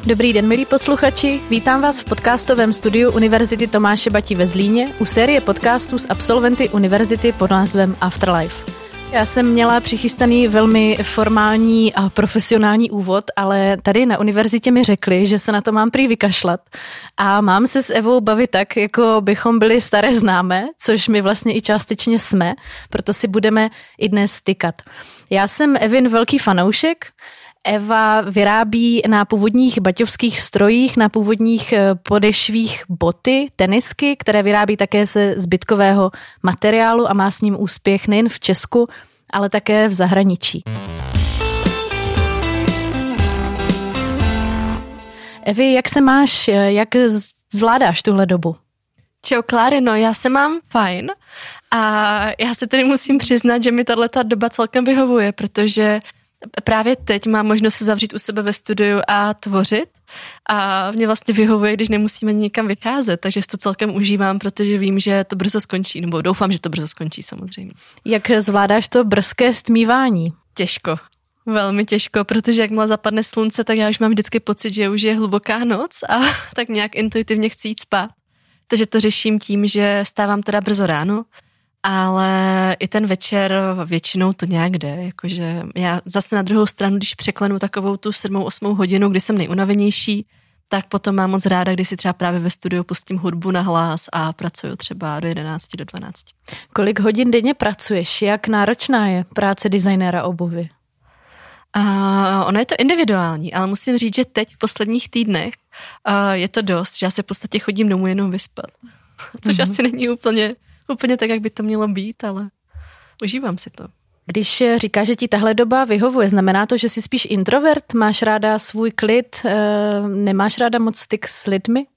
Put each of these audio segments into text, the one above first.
Dobrý den, milí posluchači, vítám vás v podcastovém studiu Univerzity Tomáše Bati ve Zlíně u série podcastů s absolventy univerzity pod názvem Afterlife. Já jsem měla přichystaný velmi formální a profesionální úvod, ale tady na univerzitě mi řekli, že se na to mám prý vykašlat a mám se s Evou bavit tak, jako bychom byli staré známé, což my vlastně i částečně jsme, proto si budeme i dnes tykat. Já jsem Evin velký fanoušek. Eva vyrábí na původních baťovských strojích, na původních podešvích boty, tenisky, které vyrábí také ze zbytkového materiálu a má s ním úspěch nejen v Česku, ale také v zahraničí. Evi, jak se máš, jak zvládáš tuhle dobu? Čau, Kláry, no já se mám fajn a já se tedy musím přiznat, že mi tato doba celkem vyhovuje, protože právě teď mám možnost se zavřít u sebe ve studiu a tvořit a mě vlastně vyhovuje, když nemusíme nikam vycházet, takže si to celkem užívám, protože vím, že to brzo skončí, nebo doufám, že to brzo skončí samozřejmě. Jak zvládáš to brzké stmívání? Těžko, velmi těžko, protože jakmile zapadne slunce, tak já už mám vždycky pocit, že už je hluboká noc a tak nějak intuitivně chci jít spát. Takže to řeším tím, že stávám teda brzo ráno, ale i ten večer většinou to nějak jde, jakože já zase na druhou stranu, když překlenu takovou tu 7-8 hodinu, kdy jsem nejunavenější, tak potom mám moc ráda, když si třeba právě ve studiu pustím hudbu na hlas a pracuju třeba do 11, do 12. Kolik hodin denně pracuješ? Jak náročná je práce designéra obuvy? Ono je to individuální, ale musím říct, že teď v posledních týdnech je to dost, že já se v podstatě chodím domů jenom vyspat, což asi není úplně tak, jak by to mělo být, ale užívám si to. Když říkáš, že ti tahle doba vyhovuje, znamená to, že jsi spíš introvert? Máš ráda svůj klid? Nemáš ráda moc styk s lidmi?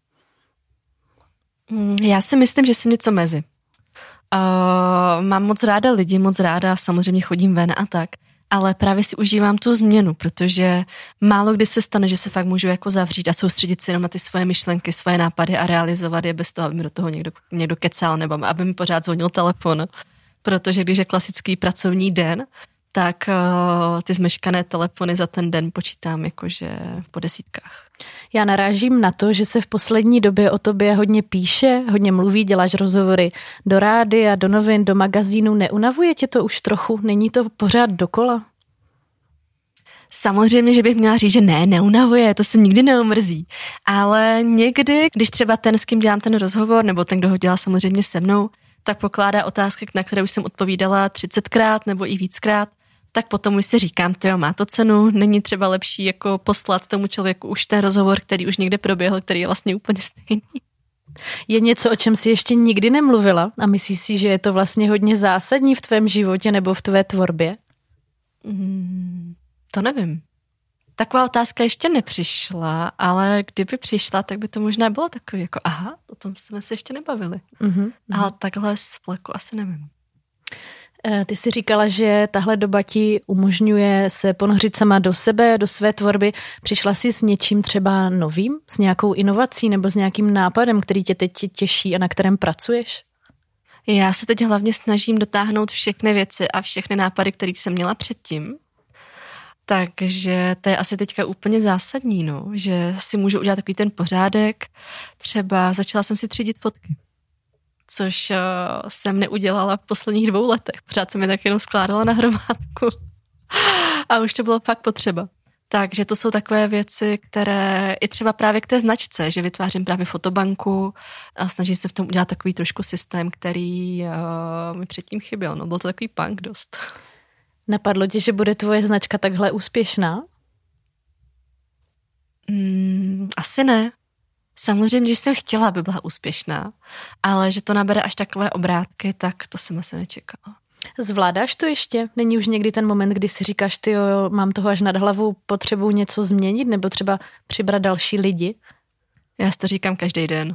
Já si myslím, že jsem něco mezi. Mám moc ráda lidi, moc ráda samozřejmě chodím ven a tak, ale právě si užívám tu změnu, protože málo kdy se stane, že se fakt můžu jako zavřít a soustředit si jenom na ty svoje myšlenky, svoje nápady a realizovat je bez toho, aby mi do toho někdo kecal nebo aby mi pořád zvonil telefon. Protože když je klasický pracovní den, tak ty zmeškané telefony za ten den počítám jakože po desítkách. Já narážím na to, že se v poslední době o tobě hodně píše, hodně mluví, děláš rozhovory do rádia, do novin, do magazínu. Neunavuje tě to už trochu? Není to pořád dokola? Samozřejmě, že bych měla říct, že neunavuje, to se nikdy neumrzí. Ale někdy, když třeba ten, s kým dělám ten rozhovor, nebo ten, kdo ho dělá samozřejmě se mnou, tak pokládá otázky, na které už jsem odpovídala 30krát nebo i víckrát, tak potom už si říkám, tyjo, má to cenu, není třeba lepší jako poslat tomu člověku už ten rozhovor, který už někde proběhl, který je vlastně úplně stejný. Je něco, o čem jsi ještě nikdy nemluvila a myslíš si, že je to vlastně hodně zásadní v tvém životě nebo v tvé tvorbě? To nevím. Taková otázka ještě nepřišla, ale kdyby přišla, tak by to možná bylo takový jako aha, o tom jsme se ještě nebavili. Ale takhle z fleku asi nevím. Ty jsi říkala, že tahle doba ti umožňuje se ponořit sama do sebe, do své tvorby. Přišla jsi s něčím třeba novým, s nějakou inovací nebo s nějakým nápadem, který tě teď těší a na kterém pracuješ? Já se teď hlavně snažím dotáhnout všechny věci a všechny nápady, které jsem měla předtím. Takže to je asi teďka úplně zásadní, no, že si můžu udělat takový ten pořádek. Třeba začala jsem si třídit fotky, což jsem neudělala v posledních 2 letech. Pořád jsem je tak jenom skládala na hromádku a už to bylo fakt potřeba. Takže to jsou takové věci, které i třeba právě k té značce, že vytvářím právě fotobanku a snažím se v tom udělat takový trošku systém, který mi předtím chyběl. No, byl to takový punk dost. Napadlo tě, že bude tvoje značka takhle úspěšná? Asi ne. Samozřejmě, že jsem chtěla, aby byla úspěšná, ale že to nabere až takové obrátky, tak to jsem asi nečekala. Zvládáš to ještě? Není už někdy ten moment, kdy si říkáš, tyjo, mám toho až nad hlavou, potřebuji něco změnit nebo třeba přibrat další lidi? Já si to říkám každý den.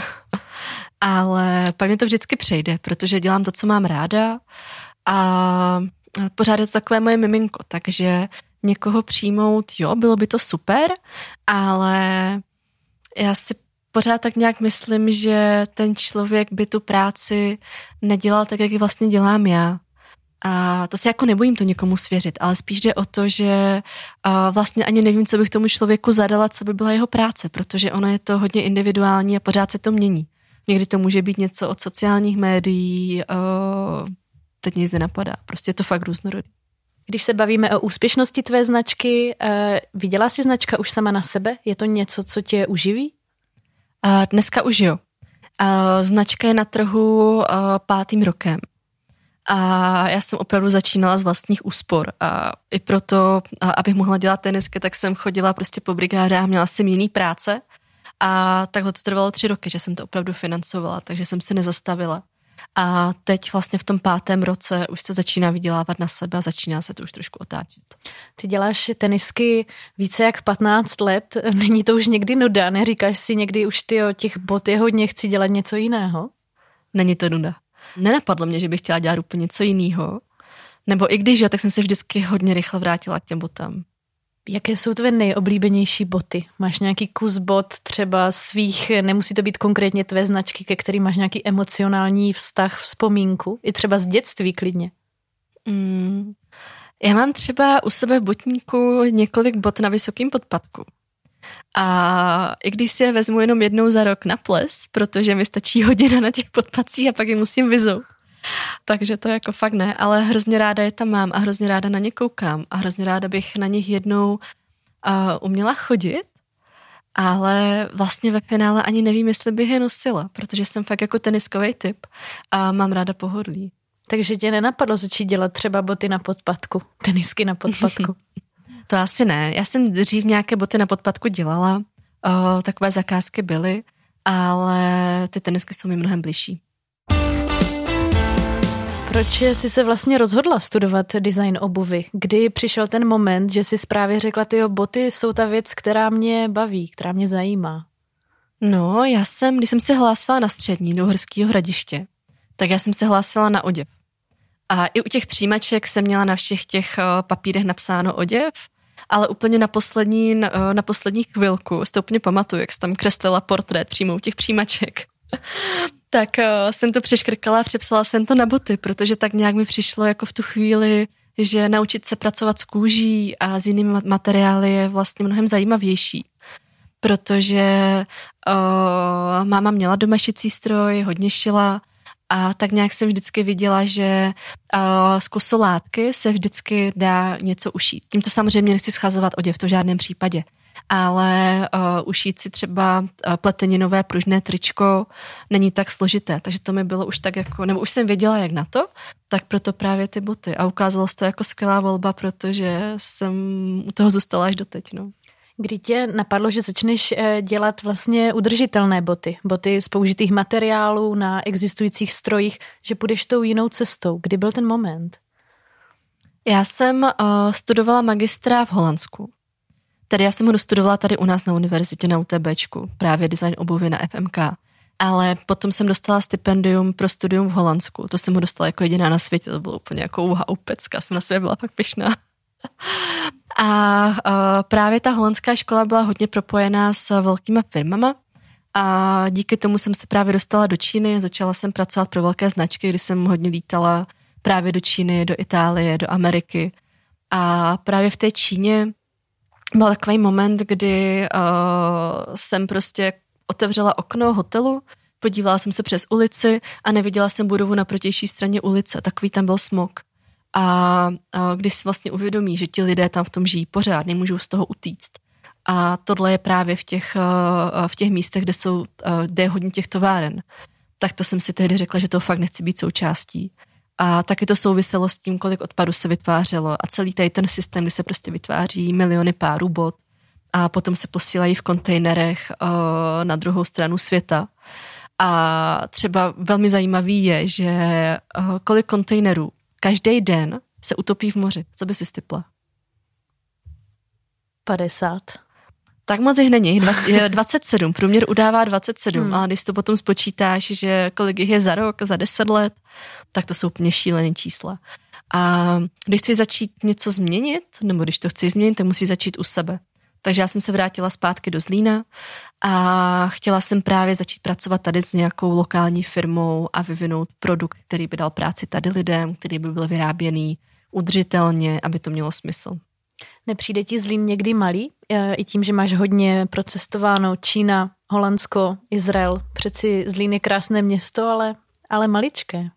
Ale pak mi to vždycky přejde, protože dělám to, co mám ráda a pořád je to takové moje miminko, takže někoho přijmout, jo, bylo by to super, ale já si pořád tak nějak myslím, že ten člověk by tu práci nedělal tak, jak ji vlastně dělám já. A to se jako nebojím to někomu svěřit, ale spíš jde o to, že vlastně ani nevím, co bych tomu člověku zadala, co by byla jeho práce, protože ono je to hodně individuální a pořád se to mění. Někdy to může být něco od sociálních médií, teď nic nenapadá, prostě je to fakt různorodý. Když se bavíme o úspěšnosti tvé značky, viděla jsi značka už sama na sebe? Je to něco, co tě uživí? Dneska už jo. Značka je na trhu 5. rokem. A já jsem opravdu začínala z vlastních úspor a i proto, abych mohla dělat tenisky, tak jsem chodila prostě po brigádách, měla jsem jiný práce a takhle to trvalo 3 roky, že jsem to opravdu financovala, takže jsem se nezastavila. A teď vlastně v tom 5. roce už se začíná vydělávat na sebe a začíná se to už trošku otáčet. Ty děláš tenisky více jak 15 let, není to už někdy nuda? Neříkáš si někdy už těch bot je hodně, chci dělat něco jiného? Není to nuda. Nenapadlo mě, že bych chtěla dělat úplně něco jiného. Nebo i když jo, tak jsem se vždycky hodně rychle vrátila k těm botám. Jaké jsou tvé nejoblíbenější boty? Máš nějaký kus bot třeba svých, nemusí to být konkrétně tvé značky, ke kterým máš nějaký emocionální vztah, vzpomínku? I třeba z dětství klidně. Já mám třeba u sebe v botníku několik bot na vysokém podpatku. A i když si je vezmu jenom jednou za rok na ples, protože mi stačí hodina na těch podpatcích a pak je musím vyzout. Takže to jako fakt ne, ale hrozně ráda je tam mám a hrozně ráda na ně koukám a hrozně ráda bych na nich jednou uměla chodit, ale vlastně ve finále ani nevím, jestli bych je nosila, protože jsem fakt jako teniskový typ a mám ráda pohodlí. Takže tě nenapadlo začít dělat třeba boty na podpatku, tenisky na podpatku? To asi ne. Já jsem dřív nějaké boty na podpatku dělala, takové zakázky byly, ale ty tenisky jsou mi mnohem bližší. Proč jsi se vlastně rozhodla studovat design obuvy? Kdy přišel ten moment, že jsi právě řekla, tyjo, boty jsou ta věc, která mě baví, která mě zajímá? No, když jsem se hlásila na střední do Uherského Hradiště, tak já jsem se hlásila na oděv. A i u těch přijímaček jsem měla na všech těch papírech napsáno oděv, ale úplně na poslední chvilku, si to úplně pamatuju, jak jsem tam kreslila portrét přímo u těch přijímaček. Tak jsem to přeškrkala a přepsala jsem to na boty, protože tak nějak mi přišlo jako v tu chvíli, že naučit se pracovat s kůží a s jinými materiály je vlastně mnohem zajímavější. Protože máma měla doma šicí stroj, hodně šila a tak nějak jsem vždycky viděla, že z kusolátky se vždycky dá něco ušít. Tímto samozřejmě nechci schazovat oděv, to v žádném případě. Ale ušít si třeba pleteninové pružné tričko není tak složité, takže to mi bylo už tak jako, nebo už jsem věděla, jak na to, tak proto právě ty boty. A ukázalo se to jako skvělá volba, protože jsem u toho zůstala až doteď. No. Kdy tě napadlo, že začneš dělat vlastně udržitelné boty? Boty z použitých materiálů na existujících strojích, že půjdeš tou jinou cestou. Kdy byl ten moment? Já jsem studovala magistra v Holandsku. Tady já jsem ho dostudovala tady u nás na univerzitě na UTBčku, právě design obuvy na FMK. Ale potom jsem dostala stipendium pro studium v Holandsku. To jsem ho dostala jako jediná na světě, to bylo úplně jako wow, pecka, jsem na sebe byla fakt pyšná. A právě ta holandská škola byla hodně propojená s velkýma firmama a díky tomu jsem se právě dostala do Číny, začala jsem pracovat pro velké značky, kdy jsem hodně lítala právě do Číny, do Itálie, do Ameriky. A právě v té Číně byl takový moment, kdy jsem prostě otevřela okno hotelu, podívala jsem se přes ulici a neviděla jsem budovu na protější straně ulice. Takový tam byl smog. A když si vlastně uvědomí, že ti lidé tam v tom žijí pořád, nemůžou z toho utíct. A tohle je právě v těch místech, kde je hodně těch továren. Tak to jsem si tehdy řekla, že to fakt nechci být součástí. A taky to souviselo s tím, kolik odpadu se vytvářelo a celý tady ten systém, kdy se prostě vytváří miliony párů bot a potom se posílají v kontejnerech na druhou stranu světa. A třeba velmi zajímavý je, že kolik kontejnerů každý den se utopí v moři. Co by si stipla? 50. Tak moc jich není. 27. Průměr udává 27, ale když to potom spočítáš, že kolik jich je za rok, za 10 let, tak to jsou úplně šílené čísla. A když chci začít něco změnit, nebo když to chci změnit, tak musí začít u sebe. Takže já jsem se vrátila zpátky do Zlína a chtěla jsem právě začít pracovat tady s nějakou lokální firmou a vyvinout produkt, který by dal práci tady lidem, který by byl vyráběný udržitelně, aby to mělo smysl. Nepřijde ti Zlín někdy malý? I tím, že máš hodně procestováno Čína, Holandsko, Izrael. Přeci Zlín je krásné město, ale maličké.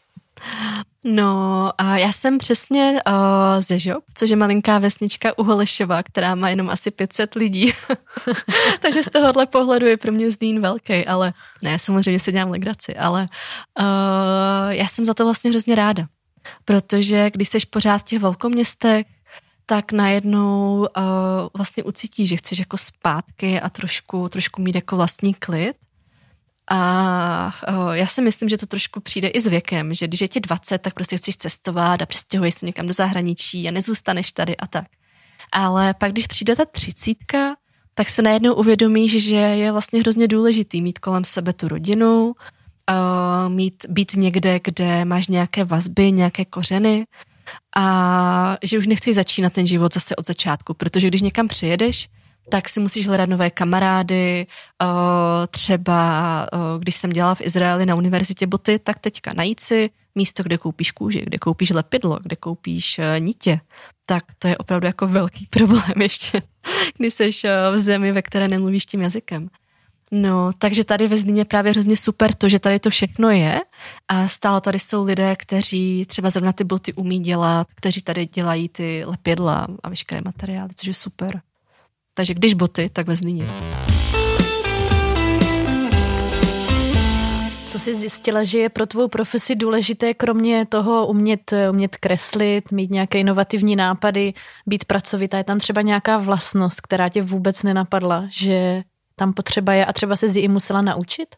No a já jsem přesně ze Žob, což je malinká vesnička u Holešova, která má jenom asi 500 lidí. Takže z tohohle pohledu je pro mě Zlín velký, ale ne, samozřejmě si dělám legraci, ale já jsem za to vlastně hrozně ráda. Protože když jsi pořád v těch velkoměstech, tak najednou vlastně ucítíš, že chceš jako zpátky a trošku mít jako vlastní klid. A já si myslím, že to trošku přijde i s věkem, že když je ti 20, tak prostě chceš cestovat a přestěhuješ se někam do zahraničí a nezůstaneš tady a tak. Ale pak, když přijde ta 30, tak se najednou uvědomíš, že je vlastně hrozně důležitý mít kolem sebe tu rodinu, být někde, kde máš nějaké vazby, nějaké kořeny a že už nechceš začínat ten život zase od začátku, protože když někam přijedeš, tak si musíš hledat nové kamarády, třeba když jsem dělala v Izraeli na univerzitě boty, tak teďka najít si místo, kde koupíš kůži, kde koupíš lepidlo, kde koupíš nitě, tak to je opravdu jako velký problém ještě, když jsi v zemi, ve které nemluvíš tím jazykem. No, takže tady ve Zlíně právě hrozně super to, že tady to všechno je a stále tady jsou lidé, kteří třeba zrovna ty boty umí dělat, kteří tady dělají ty lepidla a veškeré materiály, což je super. Takže když boty, tak ve Zlíně. Co jsi zjistila, že je pro tvou profesi důležité, kromě toho umět kreslit, mít nějaké inovativní nápady, být pracovitá? Je tam třeba nějaká vlastnost, která tě vůbec nenapadla, že tam potřeba je a třeba se i musela naučit?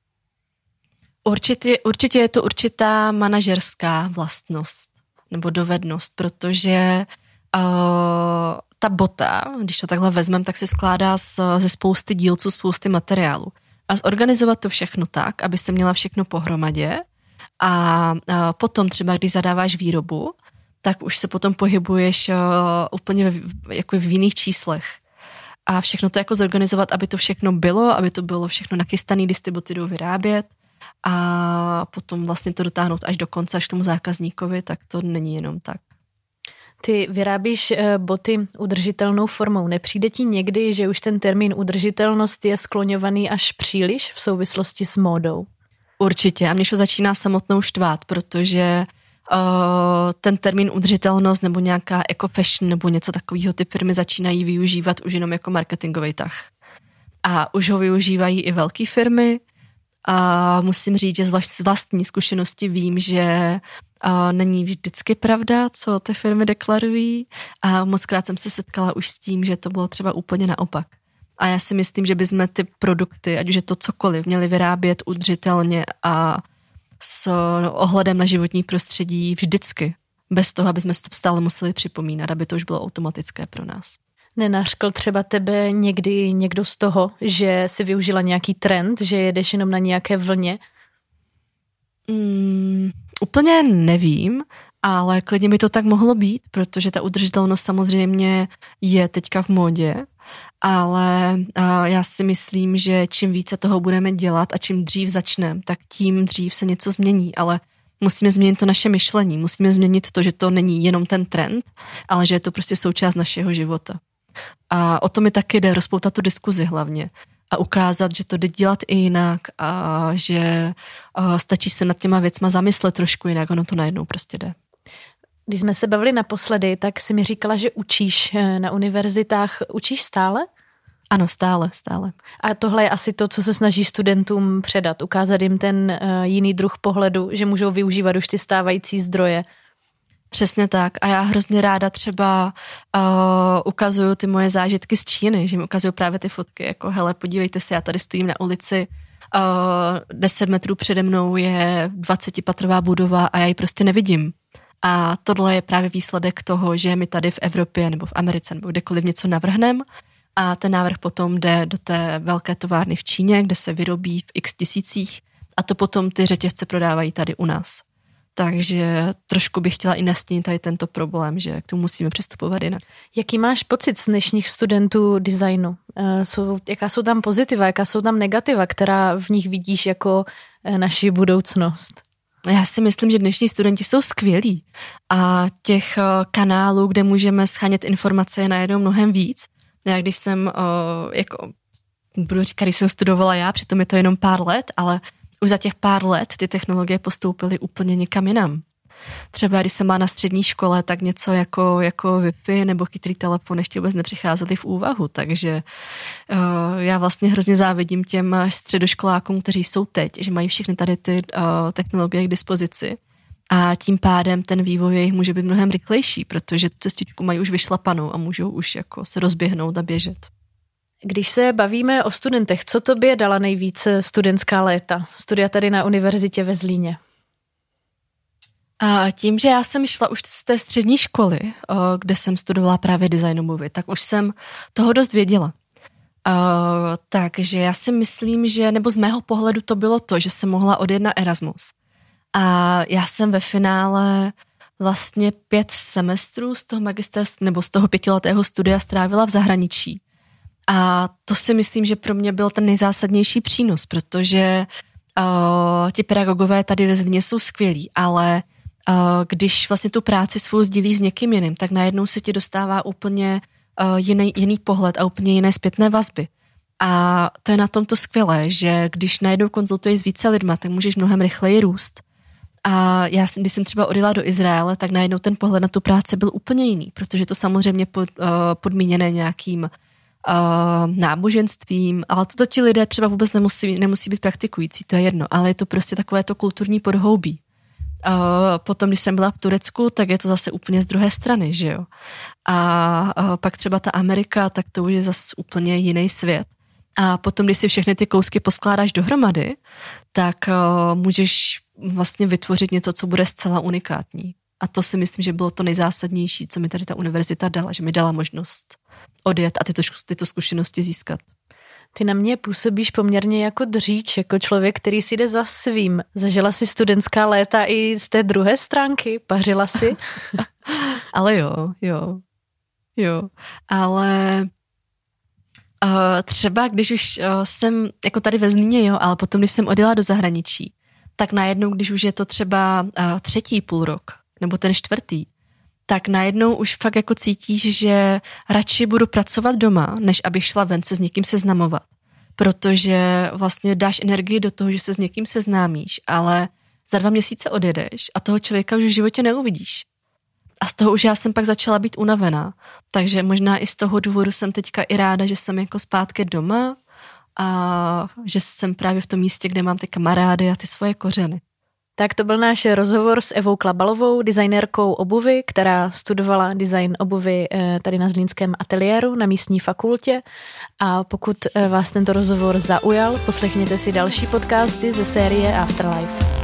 Určitě je to určitá manažerská vlastnost nebo dovednost, protože ta bota, když to takhle vezmeme, tak se skládá ze spousty dílců, spousty materiálů. A zorganizovat to všechno tak, aby se měla všechno pohromadě a potom třeba, když zadáváš výrobu, tak už se potom pohybuješ úplně jako v jiných číslech. A všechno to jako zorganizovat, aby to všechno bylo, aby to bylo všechno nachystané, když ty boty jdou vyrábět a potom vlastně to dotáhnout až do konce, až k tomu zákazníkovi, tak to není jenom tak. Ty vyrábíš boty udržitelnou formou. Nepřijde ti někdy, že už ten termín udržitelnost je skloňovaný až příliš v souvislosti s módou? Určitě. A mě to začíná samotnou štvát, protože ten termín udržitelnost nebo nějaká eco-fashion nebo něco takového ty firmy začínají využívat už jenom jako marketingový tah. A už ho využívají i velké firmy a musím říct, že z vlastní zkušenosti vím, že není vždycky pravda, co ty firmy deklarují a mockrát jsem se setkala už s tím, že to bylo třeba úplně naopak. A já si myslím, že bychom ty produkty, ať už je to cokoliv, měli vyrábět udržitelně a s ohledem na životní prostředí vždycky. Bez toho, aby jsme si to stále museli připomínat, aby to už bylo automatické pro nás. Nenařkl třeba tebe někdy někdo z toho, že si využila nějaký trend, že jedeš jenom na nějaké vlně? Úplně nevím, ale klidně by to tak mohlo být, protože ta udržitelnost samozřejmě je teďka v módě, ale já si myslím, že čím více toho budeme dělat a čím dřív začneme, tak tím dřív se něco změní, ale musíme změnit to naše myšlení, musíme změnit to, že to není jenom ten trend, ale že je to prostě součást našeho života. A o to mi taky jde, rozpoutat tu diskuzi hlavně a ukázat, že to jde dělat i jinak a že stačí se nad těma věcma zamyslet trošku jinak, ono to najednou prostě jde. Když jsme se bavili naposledy, tak jsi mi říkala, že učíš na univerzitách. Učíš stále? Ano, stále. A tohle je asi to, co se snaží studentům předat, ukázat jim ten jiný druh pohledu, že můžou využívat už ty stávající zdroje. Přesně tak. A já hrozně ráda třeba ukazuju ty moje zážitky z Číny, že mi ukazuju právě ty fotky, jako hele, podívejte se, já tady stojím na ulici, 10 metrů přede mnou je 20patrová budova a já ji prostě nevidím. A tohle je právě výsledek toho, že my tady v Evropě nebo v Americe nebo kdekoliv něco navrhneme a ten návrh potom jde do té velké továrny v Číně, kde se vyrobí v x tisících a to potom ty řetězce prodávají tady u nás. Takže trošku bych chtěla i nastínit tady tento problém, že k tomu musíme přistupovat jinak. Jaký máš pocit z dnešních studentů designu? Jaká jsou tam pozitiva, jaká jsou tam negativa, která v nich vidíš jako naši budoucnost? Já si myslím, že dnešní studenti jsou skvělí a těch kanálů, kde můžeme shánět informace, je najednou mnohem víc. Já když jsem, budu říkat, když jsem studovala já, přitom je to jenom pár let, ale už za těch pár let ty technologie postoupily úplně někam jinam. Třeba když jsem byla na střední škole, tak něco jako Wi-Fi nebo chytrý telefon ještě vůbec nepřicházely v úvahu, takže já vlastně hrozně závidím těm středoškolákům, kteří jsou teď, že mají všechny tady ty technologie k dispozici a tím pádem ten vývoj jejich může být mnohem rychlejší, protože tu cestičku mají už vyšlapanou a můžou už jako se rozběhnout a běžet. Když se bavíme o studentech, co tobě dala nejvíce studentská léta? Studia tady na univerzitě ve Zlíně. A tím, že já jsem šla už z té střední školy, kde jsem studovala právě design obuvi, tak už jsem toho dost věděla. Takže já si myslím, že, nebo z mého pohledu to bylo to, že jsem mohla odjet na Erasmus. A já jsem ve finále vlastně 5 semestrů z toho magisterství, nebo z toho 5letého studia strávila v zahraničí. A to si myslím, že pro mě byl ten nejzásadnější přínos, protože ti pedagogové tady ve Zlíně jsou skvělí, ale když vlastně tu práci svou sdílí s někým jiným, tak najednou se ti dostává úplně jiný pohled a úplně jiné zpětné vazby. A to je na tomto skvělé, že když najednou konzultuješ s více lidma, tak můžeš mnohem rychleji růst. A já, když jsem třeba odjela do Izraele, tak najednou ten pohled na tu práci byl úplně jiný, protože to samozřejmě podmíněné nějakým náboženstvím, ale to ti lidé třeba vůbec nemusí být praktikující, to je jedno, ale je to prostě takové to kulturní podhoubí. Potom, když jsem byla v Turecku, tak je to zase úplně z druhé strany, že jo. A pak třeba ta Amerika, tak to už je zase úplně jiný svět. A potom, když si všechny ty kousky poskládáš dohromady, tak můžeš vlastně vytvořit něco, co bude zcela unikátní. A to si myslím, že bylo to nejzásadnější, co mi tady ta univerzita dala, že mi dala možnost odjet a tyto zkušenosti získat. Ty na mě působíš poměrně jako dříč, jako člověk, který si jde za svým. Zažila si studentská léta i z té druhé stránky? Pařila si? Ale jo. Ale třeba když už jsem jako tady ve Zlíně, jo, ale potom, když jsem odjela do zahraničí, tak najednou, když už je to třeba 3. půlrok, nebo ten 4., tak najednou už fakt jako cítíš, že radši budu pracovat doma, než abych šla ven se s někým seznamovat. Protože vlastně dáš energii do toho, že se s někým seznámíš, ale za 2 měsíce odjedeš a toho člověka už v životě neuvidíš. A z toho už já jsem pak začala být unavená. Takže možná i z toho důvodu jsem teďka i ráda, že jsem jako zpátky doma a že jsem právě v tom místě, kde mám ty kamarády a ty svoje kořeny. Tak to byl náš rozhovor s Evou Klabalovou, designérkou obuvy, která studovala design obuvy tady na zlínském ateliéru na místní fakultě. A pokud vás tento rozhovor zaujal, poslechněte si další podcasty ze série Afterlife.